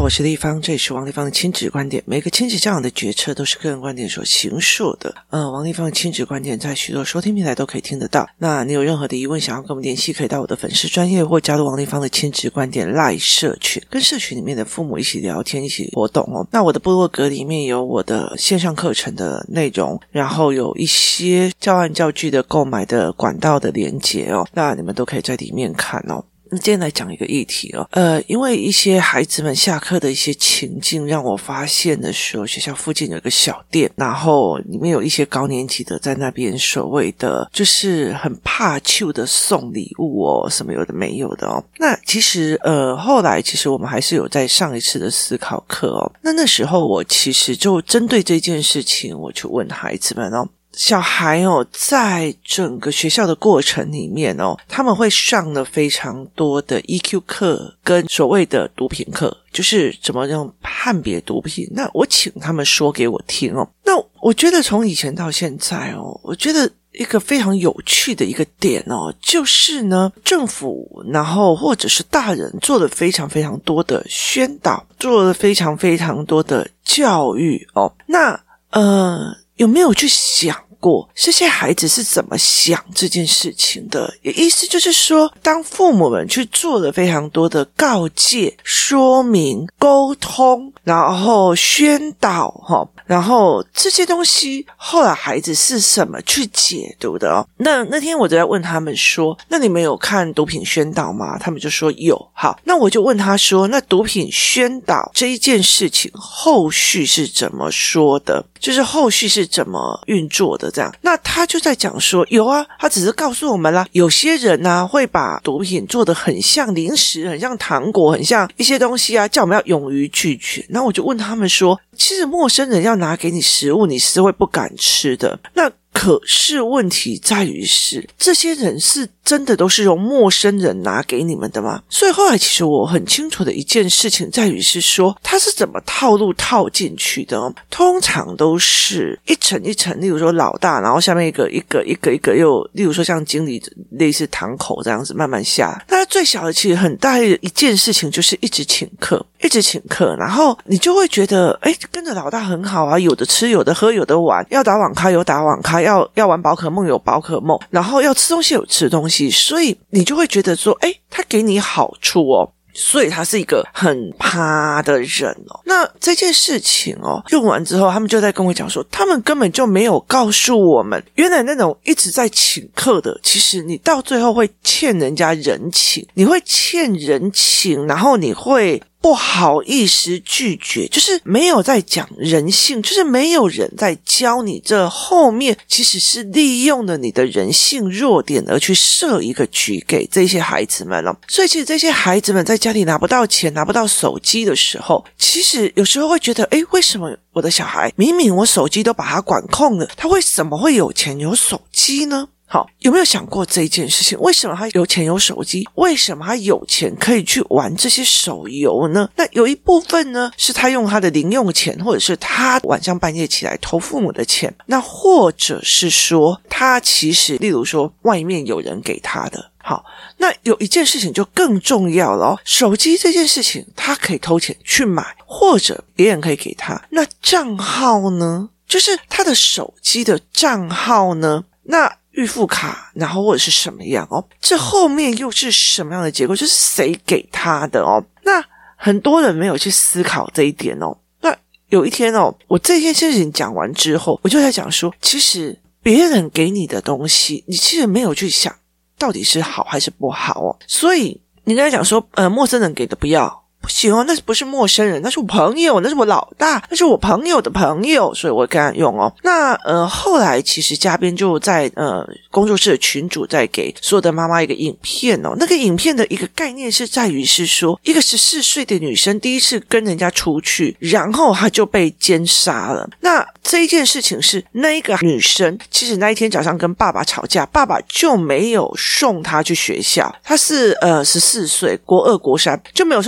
我是立方，这里是王立方的亲子观点。每个亲子教养的决策都是个人观点所形塑的。王立方的亲子观点在许多收听平台都可以听得到。那你有任何的疑问想要跟我们联系，可以到我的粉丝专页或加入王立方的亲子观点 LINE 社群，跟社群里面的父母一起聊天，一起活动哦。那我的部落格里面有我的线上课程的内容，然后有一些教案教具的购买的管道的连结哦，那你们都可以在里面看哦。今天来讲一个议题哦，因为一些孩子们下课的一些情境，让我发现的说，学校附近有一个小店，然后里面有一些高年级的在那边所谓的就是很怕糗的送礼物哦，什么有的没有的哦。那其实后来其实我们还是有在上一次的思考课哦，那时候我其实就针对这件事情，我去问孩子们哦。小孩哦，在整个学校的过程里面哦，他们会上了非常多的 EQ 课跟所谓的毒品课，就是怎么样判别毒品。那我请他们说给我听哦。那我觉得从以前到现在哦，我觉得一个非常有趣的一个点哦，就是呢，政府然后或者是大人做了非常非常多的宣导，做了非常非常多的教育哦。那有没有去想过这些孩子是怎么想这件事情的？意思就是说，当父母们去做了非常多的告诫、说明、沟通，然后宣导然后这些东西后来孩子是什么去解读的哦？那天我就在问他们说，那你们有看毒品宣导吗？他们就说有。好，那我就问他说，那毒品宣导这一件事情后续是怎么说的？就是后续是怎么运作的这样。那他就在讲说，有啊，他只是告诉我们啦，有些人啊会把毒品做得很像零食，很像糖果，很像一些东西啊，叫我们要勇于拒绝。那我就问他们说，其实陌生人要拿给你食物，你是会不敢吃的。那可是问题在于是，这些人是真的都是由陌生人拿给你们的吗？所以后来其实我很清楚的一件事情在于是说，他是怎么套路套进去的哦。通常都是一层一层，例如说老大，然后下面一个又例如说像经理类似堂口这样子慢慢下。那最小的其实很大的一件事情就是一直请客，然后你就会觉得跟着老大很好啊，有的吃有的喝有的玩，要打网咖有打网咖，要玩宝可梦有宝可梦，然后要吃东西有吃东西，所以你就会觉得说他给你好处哦，所以他是一个很趴的人哦。那这件事情哦用完之后，他们就在跟我讲说，他们根本就没有告诉我们，原来那种一直在请客的，其实你到最后会欠人家人情，你会欠人情，然后你会不好意思拒绝，就是没有在讲人性，就是没有人在教你，这后面其实是利用了你的人性弱点而去设一个局给这些孩子们了。所以其实这些孩子们在家里拿不到钱拿不到手机的时候，其实有时候会觉得为什么我的小孩明明我手机都把他管控了，他为什么会有钱有手机呢？好，有没有想过这一件事情？为什么他有钱有手机？为什么他有钱可以去玩这些手游呢？那有一部分呢是他用他的零用钱，或者是他晚上半夜起来偷父母的钱，那或者是说他其实例如说外面有人给他的。好，那有一件事情就更重要了哦，手机这件事情他可以偷钱去买，或者别人可以给他，那账号呢？就是他的手机的账号呢？那预付卡然后或者是什么样哦，这后面又是什么样的结果，就是谁给他的哦。那很多人没有去思考这一点哦。那有一天哦，我这件事情讲完之后，我就在讲说，其实别人给你的东西你其实没有去想到底是好还是不好哦。所以你跟他讲说陌生人给的不要，不行哦，那不是陌生人，那是我朋友，那是我老大，那是我朋友的朋友，所以我跟他用哦。那后来其实嘉宾就在工作室的群组在给所有的妈妈一个影片哦。那个影片的一个概念是在于是说，一个14岁的女生第一次跟人家出去，然后她就被奸杀了。那这一件事情是那一个女生其实那一天早上跟爸爸吵架，爸爸就没有送她去学校，她是14岁国2国3就没有送她去学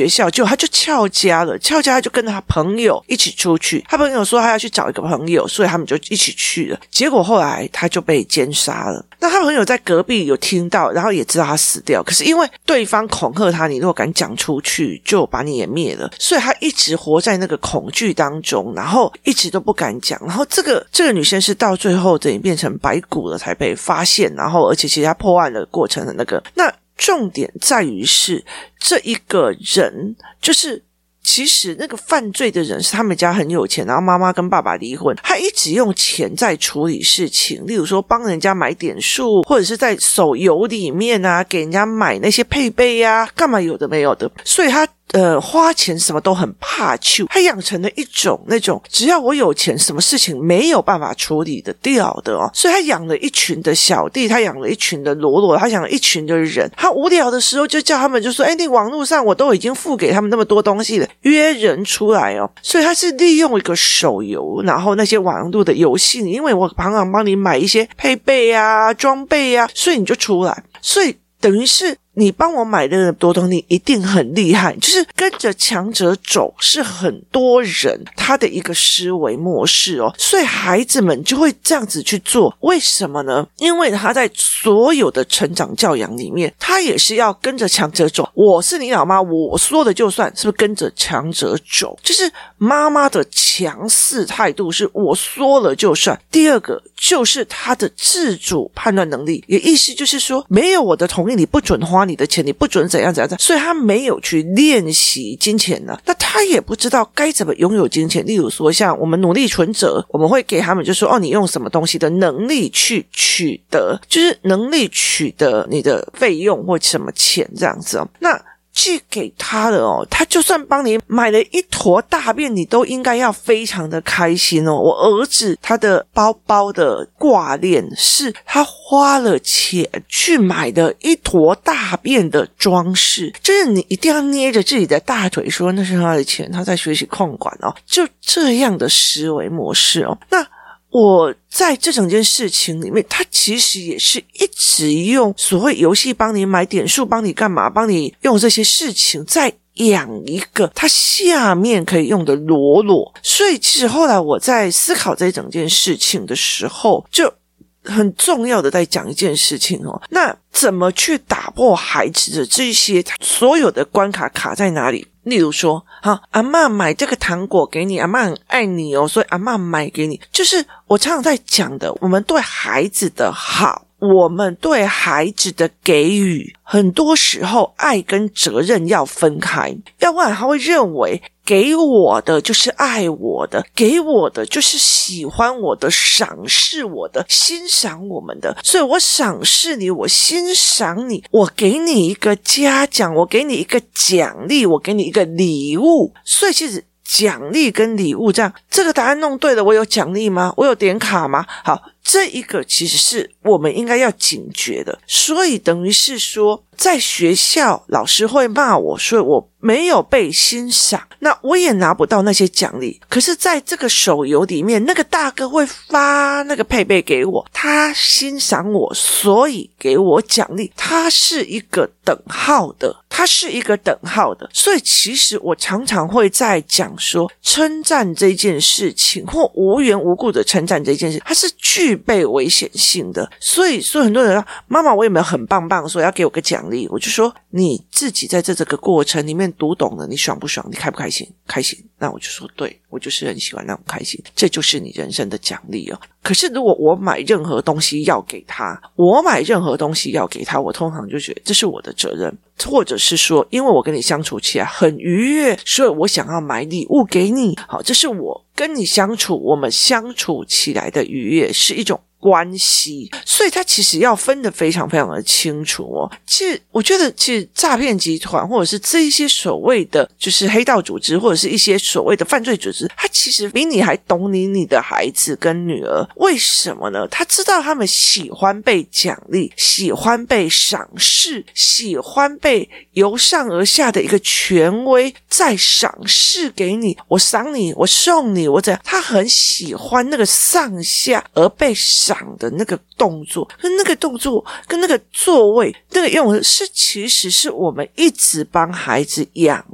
学校，结果他就翘家了，翘家他就跟他朋友一起出去，他朋友说他要去找一个朋友，所以他们就一起去了，结果后来他就被奸杀了。那他朋友在隔壁有听到，然后也知道他死掉，可是因为对方恐吓他，你如果敢讲出去就把你也灭了，所以他一直活在那个恐惧当中，然后一直都不敢讲，然后这个女生是到最后等于变成白骨了才被发现，然后而且其实他破案的过程的那重点在于是这一个人就是其实那个犯罪的人是他们家很有钱，然后妈妈跟爸爸离婚，他一直用钱在处理事情，例如说帮人家买点数，或者是在手游里面啊给人家买那些配备啊，干嘛有的没有的，所以他花钱什么都很怕去，他养成了一种那种只要我有钱什么事情没有办法处理的掉的哦，所以他养了一群的小弟，他养了一群的罗罗，他养了一群的人，他无聊的时候就叫他们就说你网络上我都已经付给他们那么多东西了，约人出来哦，所以他是利用一个手游，然后那些网络的游戏，因为我常常帮你买一些配备啊装备啊，所以你就出来，所以等于是你帮我买那么多东西，你一定很厉害，就是跟着强者走是很多人他的一个思维模式哦，所以孩子们就会这样子去做。为什么呢？因为他在所有的成长教养里面，他也是要跟着强者走，我是你老妈，我说的就算，是不是跟着强者走，就是妈妈的强势态度是我说了就算。第二个就是他的自主判断能力，也意思就是说没有我的同意你不准花你的钱，你不准怎样怎样，所以他没有去练习金钱呢，那他也不知道该怎么拥有金钱。例如说像我们努力存折，我们会给他们就说你用什么东西的能力去取得，就是能力取得你的费用或什么钱这样子哦。那寄给他的哦，他就算帮你买了一坨大便，你都应该要非常的开心哦。我儿子他的包包的挂链是他花了钱去买的一坨大便的装饰，就是你一定要捏着自己的大腿说那是他的钱，他在学习控管哦，就这样的思维模式哦。那我在这整件事情里面，他其实也是一直用所谓游戏帮你买点数，帮你干嘛，帮你用这些事情在养一个他下面可以用的罗罗。所以其实后来我在思考这整件事情的时候，就很重要的在讲一件事情哦，那怎么去打破孩子的这些所有的关卡卡在哪里？例如说阿嬷买这个糖果给你，阿嬷很爱你哦，所以阿嬷买给你，就是我常常在讲的，我们对孩子的好，我们对孩子的给予，很多时候爱跟责任要分开，要不然他会认为给我的就是爱我的，给我的就是喜欢我的，赏识我的，欣赏我们的，所以我赏识你，我欣赏你，我给你一个嘉奖，我给你一个奖励，我给你一个礼物。所以其实奖励跟礼物这个答案弄对了，我有奖励吗？我有点卡吗？好，这一个其实是我们应该要警觉的。所以等于是说在学校老师会骂我，所以我没有被欣赏，那我也拿不到那些奖励。可是在这个手游里面，那个大哥会发那个配备给我，他欣赏我，所以给我奖励，他是一个等号的，它是一个等号的。所以其实我常常会在讲说，称赞这件事情或无缘无故的称赞这件事，它是具备危险性的。所以很多人说妈妈我有没有很棒棒，说要给我个奖励，我就说你自己在这个过程里面读懂了，你爽不爽，你开不开心？开心。那我就说对，我就是很喜欢那种开心，这就是你人生的奖励哦。可是如果我买任何东西要给他，我通常就觉得这是我的责任，或者是说因为我跟你相处起来很愉悦，所以我想要买礼物给你。好，这是我跟你相处，我们相处起来的愉悦，是一种关系，所以他其实要分得非常非常的清楚哦。其实我觉得其实诈骗集团或者是这一些所谓的就是黑道组织，或者是一些所谓的犯罪组织，他其实比你还懂你的孩子跟女儿。为什么呢？他知道他们喜欢被奖励，喜欢被赏识，喜欢被由上而下的一个权威再赏识给你，我赏你，我送你，我怎样，他很喜欢那个上下而被赏的那个动作，跟那个动作跟那个座位那个用的是，其实是我们一直帮孩子养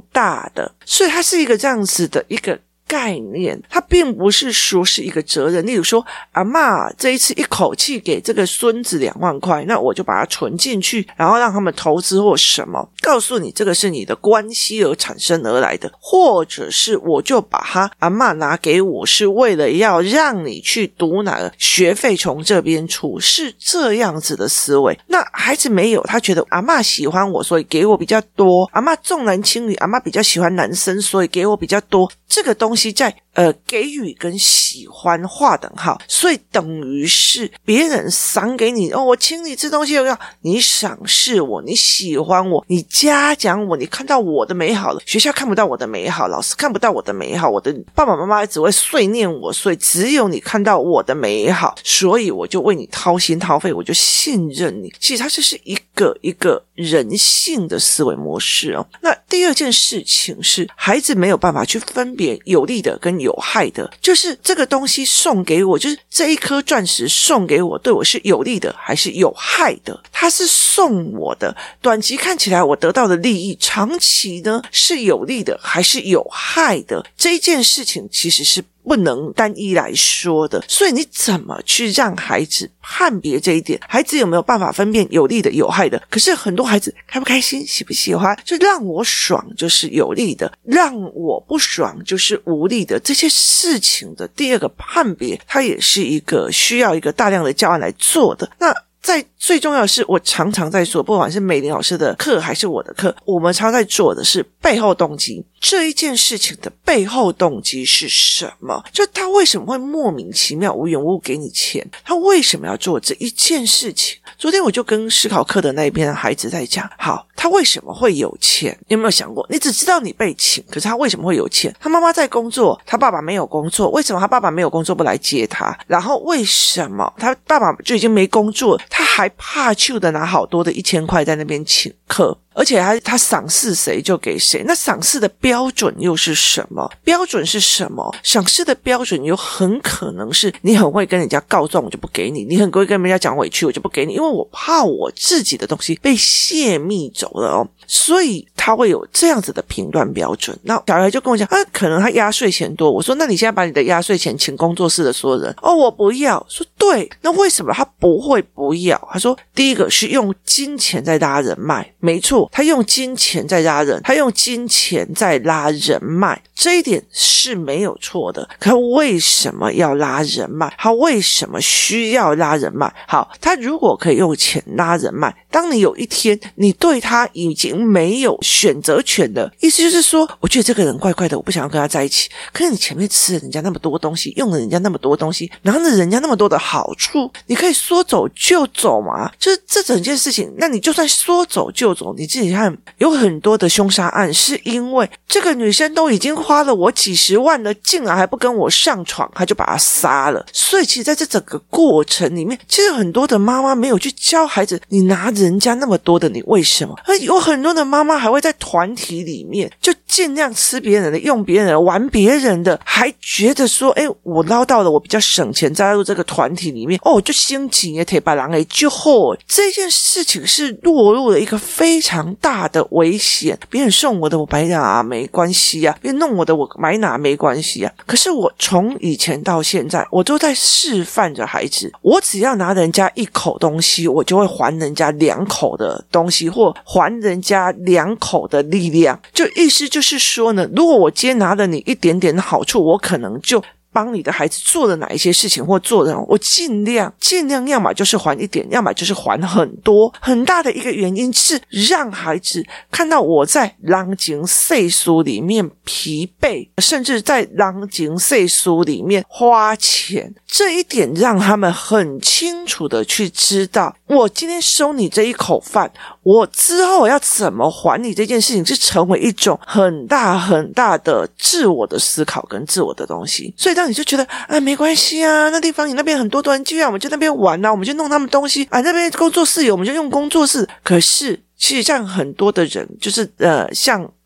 大的，所以它是一个这样子的一个概念，它并不是说是一个责任。例如说，阿嬷这一次一口气给这个孙子2万块，那我就把它存进去，然后让他们投资或什么，告诉你这个是你的关系而产生而来的，或者是我就把它阿嬷拿给我是为了要让你去读哪个学费从这边出，是这样子的思维。那孩子没有，他觉得阿嬷喜欢我，所以给我比较多，阿嬷重男轻女，阿嬷比较喜欢男生，所以给我比较多，这个东西在给予跟喜欢划等号，所以等于是别人赏给你我请你吃东西，你赏识我，你喜欢我，你嘉奖我，你看到我的美好了，学校看不到我的美好，老师看不到我的美好，我的爸爸妈妈只会碎念我，所以只有你看到我的美好，所以我就为你掏心掏肺，我就信任你。其实它就是一个人性的思维模式那第二件事情是孩子没有办法去分别有利的跟有害的，就是这个东西送给我，就是这一颗钻石送给我，对我是有利的还是有害的，它是送我的，短期看起来我得到的利益，长期呢是有利的还是有害的，这一件事情其实是不能单一来说的。所以你怎么去让孩子判别这一点，孩子有没有办法分辨有利的有害的？可是很多孩子开不开心喜不喜欢，就让我爽就是有利的，让我不爽就是无利的，这些事情的第二个判别，它也是一个需要一个大量的教案来做的。那在最重要的是，我常常在说，不管是美玲老师的课还是我的课，我们常在做的是背后动机，这一件事情的背后动机是什么，就他为什么会莫名其妙无缘无故给你钱，他为什么要做这一件事情。昨天我就跟思考课的那一边的孩子在讲，好，他为什么会有钱，你有没有想过，你只知道你被请，可是他为什么会有钱？他妈妈在工作，他爸爸没有工作，为什么他爸爸没有工作不来接他？然后为什么他爸爸就已经没工作，他还怕去的拿好多的1000块在那边请客，而且他赏识谁就给谁。那赏识的标准又是什么？标准是什么？赏识的标准有很可能是你很会跟人家告状我就不给你，你很会跟人家讲委屈我就不给你，因为我怕我自己的东西被泄密走了所以他会有这样子的评断标准。那小孩就跟我讲可能他压岁钱多，我说那你现在把你的压岁钱请工作室的所有人我不要。说对，那为什么他不会不要？他说第一个是用金钱在拉人脉，没错，他用金钱在拉人，他用金钱在拉人脉，这一点是没有错的。可为什么要拉人脉？他为什么需要拉人脉？好，他如果可以用钱拉人脉，当你有一天你对他已经没有选择权的，意思就是说我觉得这个人怪怪的，我不想要跟他在一起，可是你前面吃了人家那么多东西，用了人家那么多东西，拿了人家那么多的好处，你可以说走就走嘛，就是这整件事情。那你就算说走就走，你自己看有很多的凶杀案是因为这个女生都已经花了我几十万了，竟然还不跟我上床，他就把她杀了。所以其实在这整个过程里面，其实很多的妈妈没有去教孩子，你拿人家那么多的你为什么？而有很多的妈妈还会在团体里面就尽量吃别人的，用别人的，玩别人的，还觉得说我捞到了，我比较省钱，加入这个团体里面就心情也可以把人给救后。这件事情是落入了一个非常大的危险，别人送我的我买哪没关系啊，别人弄我的我买哪没关系啊。可是我从以前到现在我都在示范着孩子，我只要拿人家1口东西，我就会还人家2口的东西，或还人家2口的力量。就意思就是说呢，如果我今天拿了你一点点的好处，我可能就帮你的孩子做了哪一些事情，或做了我尽量要么就是还一点，要么就是还很多。很大的一个原因是让孩子看到我在人情世事里面疲惫，甚至在人情世事里面花钱，这一点让他们很清楚的去知道，我今天收你这一口饭，我之后要怎么还你，这件事情是成为一种很大很大的自我的思考跟自我的东西。所以当你就觉得没关系啊，那地方你那边很多团聚啊，我们就那边玩啊，我们就弄他们东西那边工作室有我们就用工作室。可是其实像很多的人就是像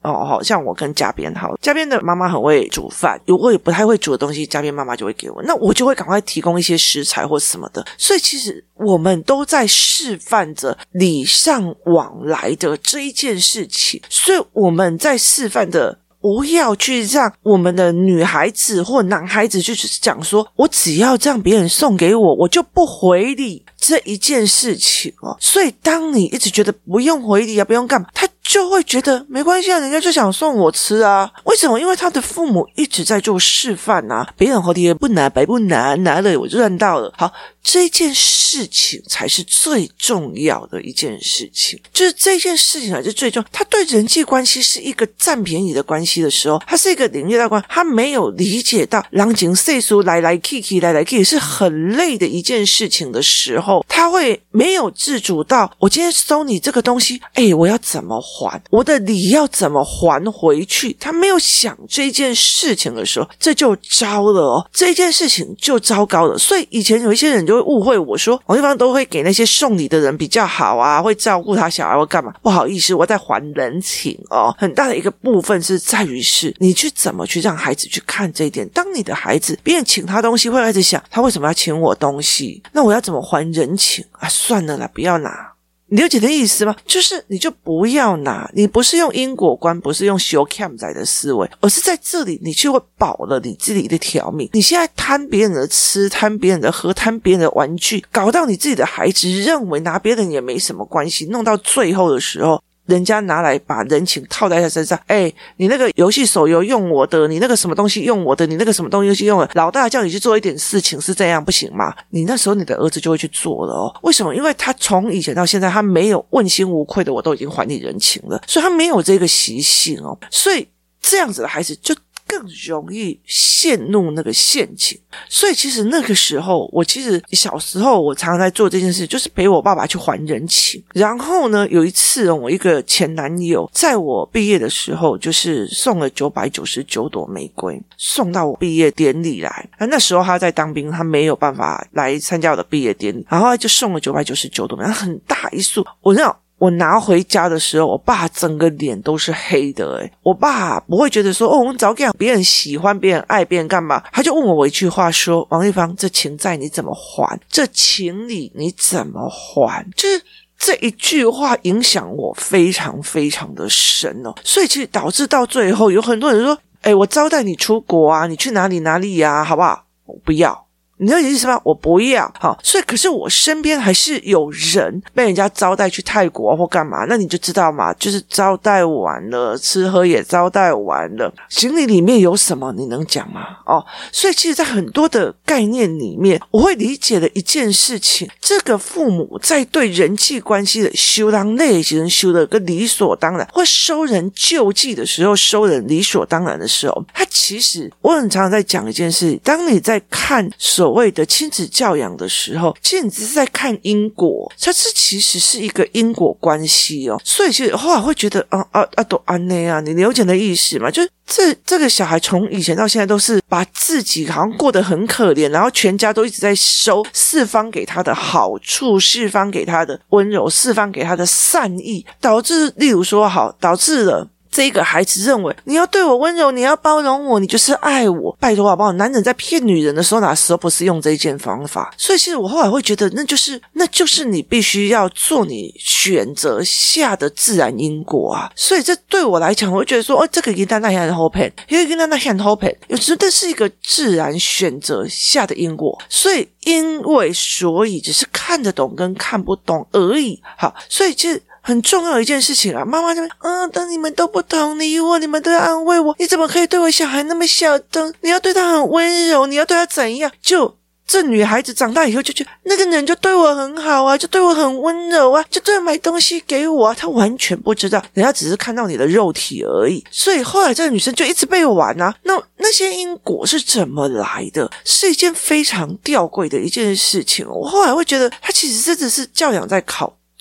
像我跟嘉编好了，嘉编的妈妈很会煮饭，如果也不太会煮的东西，嘉编妈妈就会给我，那我就会赶快提供一些食材或什么的。所以其实我们都在示范着礼尚往来的这一件事情，所以我们在示范的不要去让我们的女孩子或男孩子去讲说我只要这样别人送给我，我就不回礼这一件事情所以当你一直觉得不用回礼不用干嘛，他就会觉得没关系人家就想送我吃啊。为什么？因为他的父母一直在做示范别人回礼也不拿白不拿，拿了我就赚到了。好，这件事情才是最重要的一件事情，就是这件事情才是最重要。他对人际关系是一个占便宜的关系的时候，他是一个领域大关，他没有理解到人情世事来来去去来来去去是很累的一件事情的时候，他会没有自主到我今天收你这个东西我要怎么还，我的礼要怎么还回去，他没有想这件事情的时候，这就糟了这件事情就糟糕了。所以以前有一些人就会误会我说王一芳都会给那些送礼的人比较好会照顾他小孩或干嘛，不好意思，我在还人情很大的一个部分是在于是你去怎么去让孩子去看这一点。当你的孩子别人请他东西会开始想他为什么要请我东西，那我要怎么还人情算了啦，不要拿。你了解的意思吗？就是你就不要拿，你不是用因果观，不是用修 cam 仔的思维，而是在这里你就会保了你自己的条命。你现在贪别人的吃，贪别人的喝，贪别人的玩具，搞到你自己的孩子认为拿别人也没什么关系，弄到最后的时候人家拿来把人情套在他身上你那个游戏手游用我的，你那个什么东西用我的，你那个什么东西用我的，老大叫你去做一点事情是这样不行吗？你那时候你的儿子就会去做了为什么？因为他从以前到现在他没有问心无愧的我都已经还你人情了，所以他没有这个习性所以这样子的孩子就更容易陷入那个陷阱。所以其实那个时候我其实小时候我常常在做这件事，就是陪我爸爸去还人情。然后呢有一次我一个前男友在我毕业的时候就是送了999朵玫瑰送到我毕业典礼来，那时候他在当兵，他没有办法来参加我的毕业典礼，然后他就送了999朵玫瑰，很大一束。我拿回家的时候，我爸整个脸都是黑的我爸不会觉得说我们早给别人喜欢别人爱别人干嘛，他就问我一句话说王一芳，这情债你怎么还，这情理你怎么还，就是这一句话影响我非常非常的深所以其实导致到最后有很多人说我招待你出国你去哪里哪里好不好，我不要，你了解意思吗？我不要所以可是我身边还是有人被人家招待去泰国或干嘛，那你就知道嘛，就是招待完了，吃喝也招待完了，行李里面有什么你能讲吗？所以其实在很多的概念里面我会理解的一件事情，这个父母在对人际关系的修当类型修的个理所当然，或收人救济的时候收人理所当然的时候，他其实我很常常在讲一件事，当你在看所谓的亲子教养的时候，其实你只是在看因果，它其实是一个因果关系所以其实后来会觉得都安内你了解的意思吗？就是这个小孩从以前到现在都是把自己好像过得很可怜，然后全家都一直在收四方给他的好处，四方给他的温柔，四方给他的善意，导致例如说导致了这个孩子认为你要对我温柔，你要包容我，你就是爱我。拜托好不好？男人在骗女人的时候哪时候不是用这一件方法？所以其实我后来会觉得那就是你必须要做你选择下的自然因果所以这对我来讲我会觉得说这个一旦那样很好骗，因为那样好骗，有时候这是一个自然选择下的因果，所以所以只是看得懂跟看不懂而已。好，所以其实很重要的一件事情妈妈就当你们都不同理我，你们都要安慰我，你怎么可以对我小孩那么小的，你要对他很温柔，你要对他怎样，就这女孩子长大以后就觉得那个人就对我很好就对我很温柔就对我买东西给我她完全不知道人家只是看到你的肉体而已。所以后来这个女生就一直被玩那些因果是怎么来的，是一件非常吊诡的一件事情我后来会觉得她其实真的是教养在考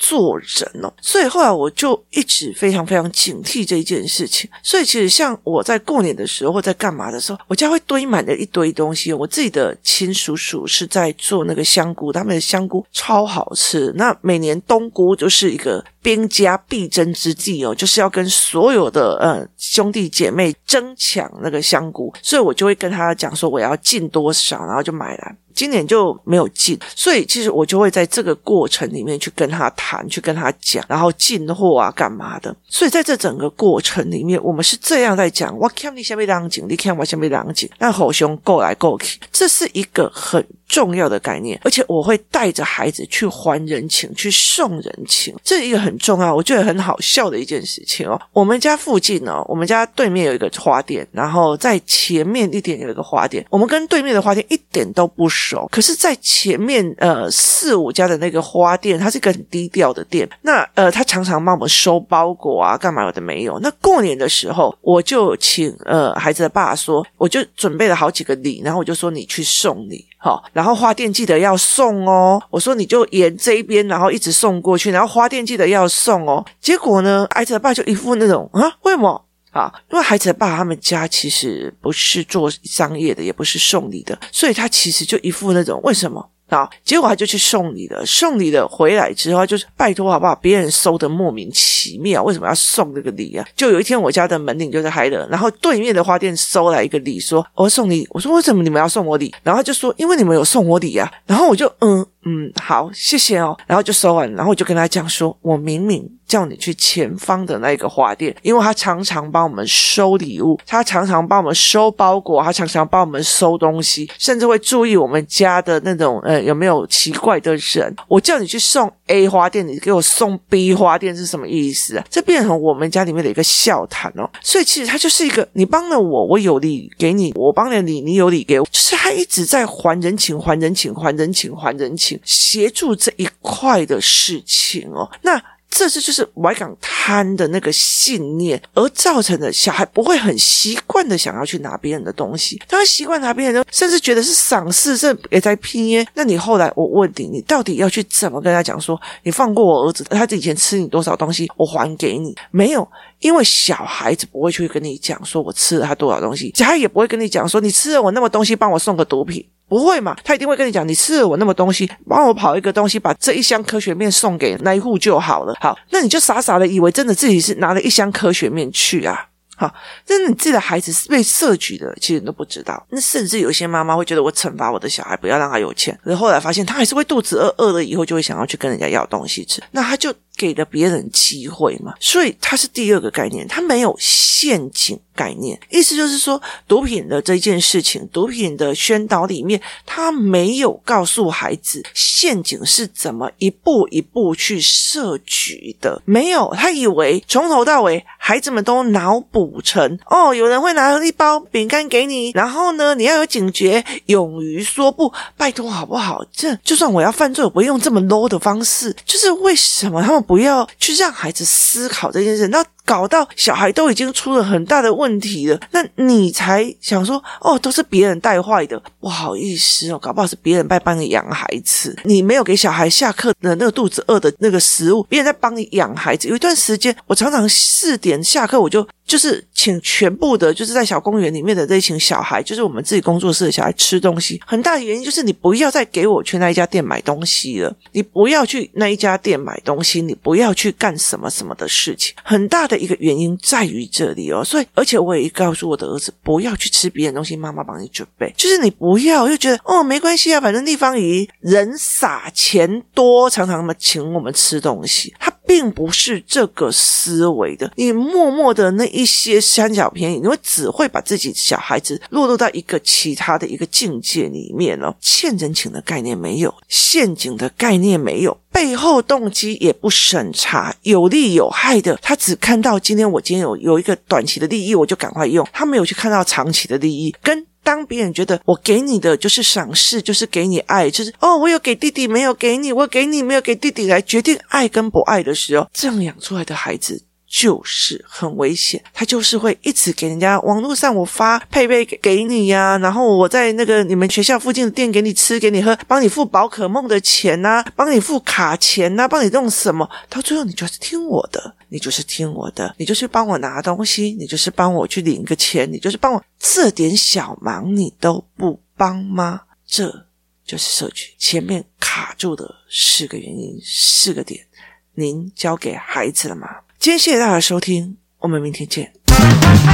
做人哦。所以后来我就一直非常非常警惕这一件事情。所以其实像我在过年的时候或在干嘛的时候，我家会堆满了一堆东西。我自己的亲叔叔是在做那个香菇，他们的香菇超好吃。那每年冬菇就是一个兵家必争之地哦，就是要跟所有的兄弟姐妹争抢那个香菇，所以我就会跟他讲说我要进多少，然后就买来。今年就没有进，所以其实我就会在这个过程里面去跟他谈，去跟他讲，然后进货啊干嘛的。所以在这整个过程里面，我们是这样在讲，我看你下面两景，你看我下面两景，那吼兄够来够去，这是一个很重要的概念。而且我会带着孩子去还人情，去送人情，这是一个很重要，我觉得很好笑的一件事情哦。我们家附近哦，我们家对面有一个花店，然后在前面一点有一个花店，我们跟对面的花店一点都不熟，可是在前面4-5家的那个花店，它是一个很低调的店。那他常常帮我们收包裹啊干嘛有的没有。那过年的时候我就请孩子的爸说，我就准备了好几个礼，然后我就说你去送礼好，然后花店记得要送哦，我说你就沿这一边然后一直送过去，然后花店记得要送哦。结果呢孩子的爸就一副那种为什么因为孩子的爸他们家其实不是做商业的，也不是送礼的，所以他其实就一副那种为什么结果他就去送礼了。送礼了回来之后就是拜托好不好，别人收的莫名其妙，为什么要送这个礼啊？就有一天我家的门铃就是嗨了，然后对面的花店收来一个礼，说我送礼。我说为什么你们要送我礼？然后他就说因为你们有送我礼啊。然后我就好谢谢哦，然后就收完。然后我就跟他讲说，我明明叫你去前方的那个花店，因为他常常帮我们收礼物，他常常帮我们收包裹，他常常帮我们收东西，甚至会注意我们家的那种有没有奇怪的人。我叫你去送 A 花店，你给我送 B 花店是什么意思啊？这变成我们家里面的一个笑谈哦。所以其实他就是一个你帮了我，我有礼给你，我帮了你，你有礼给我，就是他一直在还人情还人情还人情还人情，协助这一块的事情哦。那这就是外港贪的那个信念，而造成的小孩不会很习惯的想要去拿别人的东西。当他习惯拿别人的，甚至觉得是赏识，这也在拼耶。那你后来我问你，你到底要去怎么跟他讲说，你放过我儿子，他以前吃你多少东西，我还给你？没有，因为小孩子不会去跟你讲说我吃了他多少东西，小孩也不会跟你讲说你吃了我那么东西，帮我送个毒品。不会嘛，他一定会跟你讲，你吃了我那么东西，帮我跑一个东西，把这一箱科学面送给那一户就好了。好，那你就傻傻的以为真的自己是拿了一箱科学面去啊。好，但是你自己的孩子是被摄取的，其实你都不知道。那甚至有些妈妈会觉得我惩罚我的小孩，不要让他有钱，可是后来发现他还是会肚子饿，饿了以后就会想要去跟人家要东西吃，那他就给了别人机会嘛。所以它是第二个概念，它没有陷阱概念，意思就是说毒品的这件事情，毒品的宣导里面他没有告诉孩子陷阱是怎么一步一步去设局的，没有，他以为从头到尾孩子们都脑补成有人会拿一包饼干给你，然后呢你要有警觉，勇于说不，拜托好不好，这就算我要犯罪我不会用这么 low 的方式。就是为什么他们不要去让孩子思考这件事，那搞到小孩都已经出了很大的问题了，那你才想说都是别人带坏的，不好意思搞不好是别人在帮你养孩子，你没有给小孩下课的那个肚子饿的那个食物，别人在帮你养孩子。有一段时间我常常4点下课，我就是请全部的就是在小公园里面的这一群小孩，就是我们自己工作室的小孩吃东西，很大的原因就是你不要再给我去那一家店买东西了，你不要去那一家店买东西，你不要去干什么什么的事情，很大的一个原因在于这里所以而且我也告诉我的儿子不要去吃别人东西，妈妈帮你准备，就是你不要就觉得没关系啊，反正地方姨人傻钱多，常常请我们吃东西，他并不是这个思维的。你默默的那一些贪小便宜，你会只会把自己小孩子落入到一个其他的一个境界里面欠人情的概念没有，陷阱的概念没有，背后动机也不审查，有利有害的，他只看到今天有一个短期的利益我就赶快用，他没有去看到长期的利益。跟当别人觉得我给你的就是赏识，就是给你爱，就是我有给弟弟没有给你，我给你没有给弟弟来决定爱跟不爱的时候，这样养出来的孩子就是很危险，他就是会一直给人家网络上我发配备给你呀，然后我在那个你们学校附近的店给你吃给你喝，帮你付宝可梦的钱啊，帮你付卡钱啊，帮你弄什么，到最后你就是听我的，你就是听我的，你就是帮我拿东西，你就是帮我去领个钱，你就是帮我这点小忙你都不帮吗？这就是社群前面卡住的4个原因，4个点，您交给孩子了吗？今天谢谢大家的收听，我们明天见。